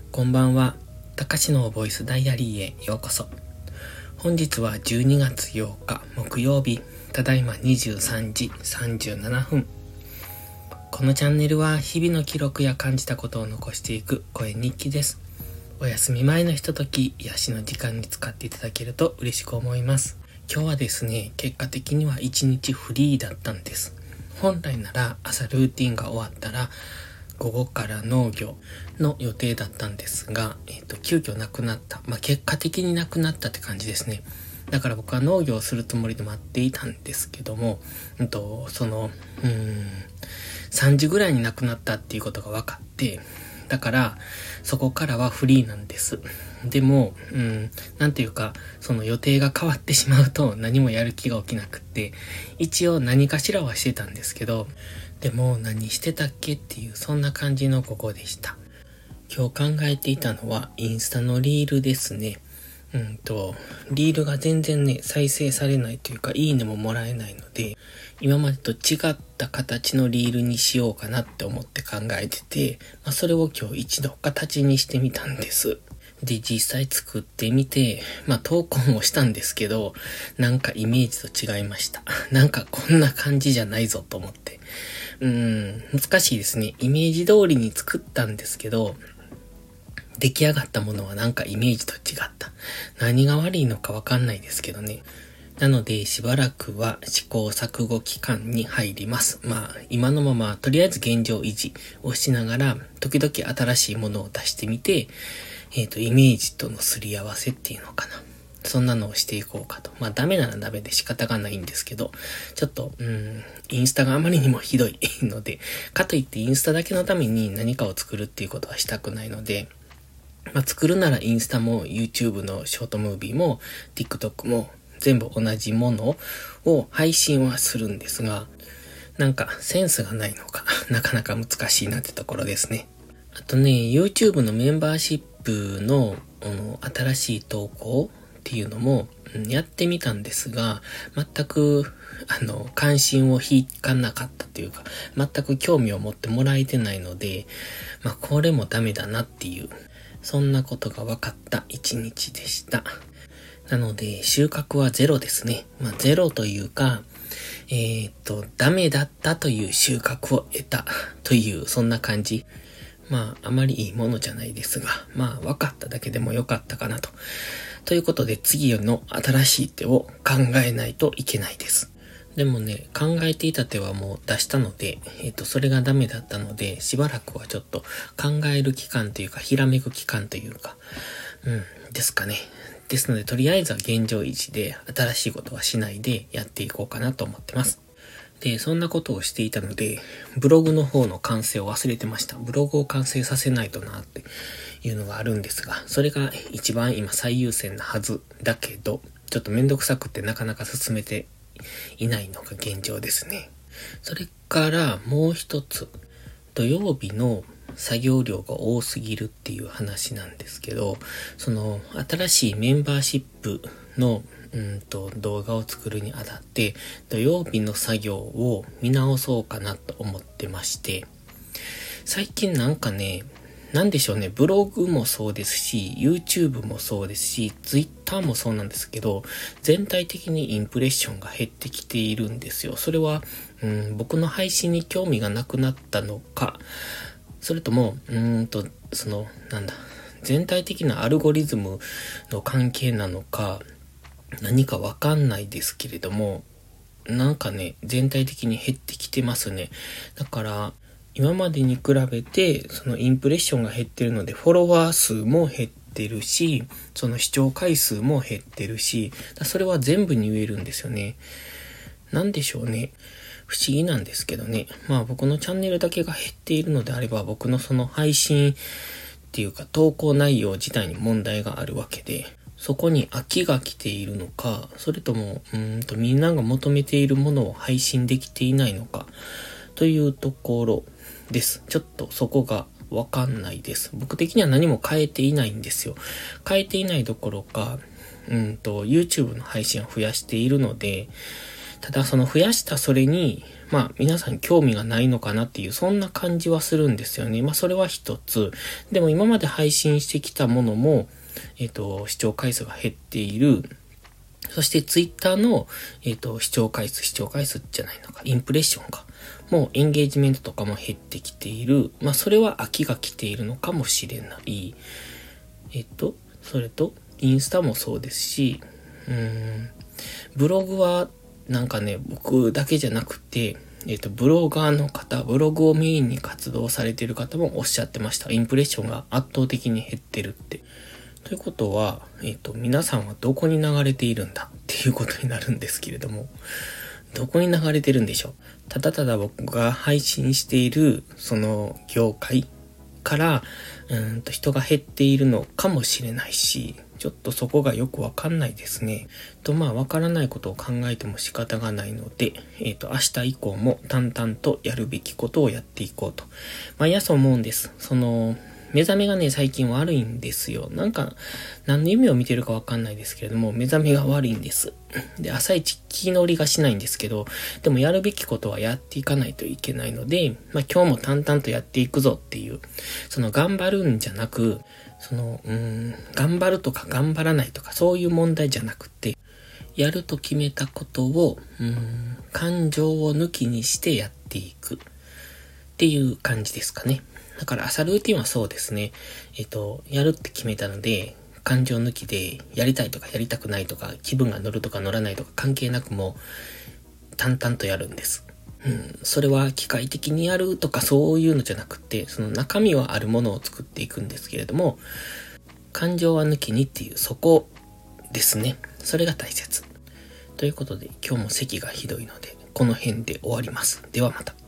こんばんは。たかしのボイスダイアリーへようこそ。本日は12月8日木曜日、ただいま23時37分。このチャンネルは日々の記録や感じたことを残していく声日記です。お休み前のひととき、癒しの時間に使っていただけると嬉しく思います。今日はですね、結果的には一日フリーだったんです。本来なら朝ルーティンが終わったら午後から農業の予定だったんですが、急遽なくなった。結果的になくなったって感じですね。だから僕は農業をするつもりで待っていたんですけども、3時ぐらいになくなったっていうことが分かって、だからそこからはフリーなんです。でも、なんていうか、その予定が変わってしまうと何もやる気が起きなくって、一応何かしらはしてたんですけど、でも何してたっけっていうそんな感じの午後でした。今日考えていたのはインスタのリールですね。リールが全然ね、再生されないというか、いいねももらえないので、今までと違った形のリールにしようかなって思って考えてて、それを今日一度形にしてみたんです。で、実際作ってみて、投稿もしたんですけど、なんかイメージと違いました。なんかこんな感じじゃないぞと思って。難しいですね。イメージ通りに作ったんですけど、出来上がったものはなんかイメージと違った。何が悪いのかわかんないですけどね。なのでしばらくは試行錯誤期間に入ります。今のままとりあえず現状維持をしながら、時々新しいものを出してみて、イメージとのすり合わせっていうのかな。そんなのをしていこうかと。ダメならダメで仕方がないんですけど、ちょっと、インスタがあまりにもひどいので、かといってインスタだけのために何かを作るっていうことはしたくないので、作るならインスタも YouTube のショートムービーも TikTok も全部同じものを配信はするんですが、なんかセンスがないのか、なかなか難しいなってところですね。あとね、YouTube のメンバーシップの新しい投稿っていうのもやってみたんですが、全く関心を引かなかったというか、全く興味を持ってもらえてないので、これもダメだなっていう、そんなことが分かった一日でした。なので収穫はゼロですね。ゼロというか、ダメだったという収穫を得たという、そんな感じ。あまりいいものじゃないですが、分かっただけでもよかったかなと。ということで次の新しい手を考えないといけないです。でもね、考えていた手はもう出したので、それがダメだったので、しばらくはちょっと考える期間というか、ひらめく期間というか、ですかね。ですので、とりあえずは現状維持で、新しいことはしないでやっていこうかなと思ってます。で、そんなことをしていたので、ブログの方の完成を忘れてました。ブログを完成させないとなっていうのがあるんですが、それが一番今最優先なはずだけど、ちょっとめんどくさくてなかなか進めていないのが現状ですね。それからもう一つ、土曜日の作業量が多すぎるっていう話なんですけど、その新しいメンバーシップの動画を作るにあたって土曜日の作業を見直そうかなと思ってまして、最近なんかね、なんでしょうね、ブログもそうですし YouTube もそうですし Twitter もそうなんですけど、全体的にインプレッションが減ってきているんですよ。それは僕の配信に興味がなくなったのか、それとも全体的なアルゴリズムの関係なのか何かわかんないですけれども、なんかね、全体的に減ってきてますね。だから今までに比べてそのインプレッションが減ってるので、フォロワー数も減ってるし、その視聴回数も減ってるし、それは全部に言えるんですよね。なんでしょうね。不思議なんですけどね。僕のチャンネルだけが減っているのであれば、僕のその配信っていうか投稿内容自体に問題があるわけで、そこに飽きが来ているのか、それともみんなが求めているものを配信できていないのかというところです。ちょっとそこがわかんないです。僕的には何も変えていないんですよ。変えていないどころか、YouTube の配信を増やしているので、ただその増やしたそれに皆さん興味がないのかなっていう、そんな感じはするんですよね。それは一つ。でも今まで配信してきたものも、視聴回数が減っている。そしてツイッターの、視聴回数じゃないのか、インプレッションか。もうエンゲージメントとかも減ってきている。それは飽きが来ているのかもしれない。それと、インスタもそうですし、ブログは、僕だけじゃなくて、ブロガーの方、ブログをメインに活動されている方もおっしゃってました。インプレッションが圧倒的に減ってるって。ということは、皆さんはどこに流れているんだっていうことになるんですけれども、どこに流れてるんでしょう。ただただ僕が配信している、その業界から、人が減っているのかもしれないし、ちょっとそこがよくわかんないですね。わからないことを考えても仕方がないので、明日以降も淡々とやるべきことをやっていこうと。毎朝思うんです。目覚めがね、最近悪いんですよ。何の夢を見てるかわかんないですけれども、目覚めが悪いんです。で、朝一気乗りがしないんですけど、でもやるべきことはやっていかないといけないので、今日も淡々とやっていくぞっていう、頑張るんじゃなく、頑張るとか頑張らないとか、そういう問題じゃなくて、やると決めたことを、感情を抜きにしてやっていくっていう感じですかね。だから朝ルーティンはそうですね。やるって決めたので、感情抜きでやりたいとかやりたくないとか、気分が乗るとか乗らないとか関係なくも淡々とやるんです。それは機械的にやるとかそういうのじゃなくて、その中身はあるものを作っていくんですけれども、感情は抜きにっていう、そこですね。それが大切。ということで、今日も咳がひどいので、この辺で終わります。ではまた。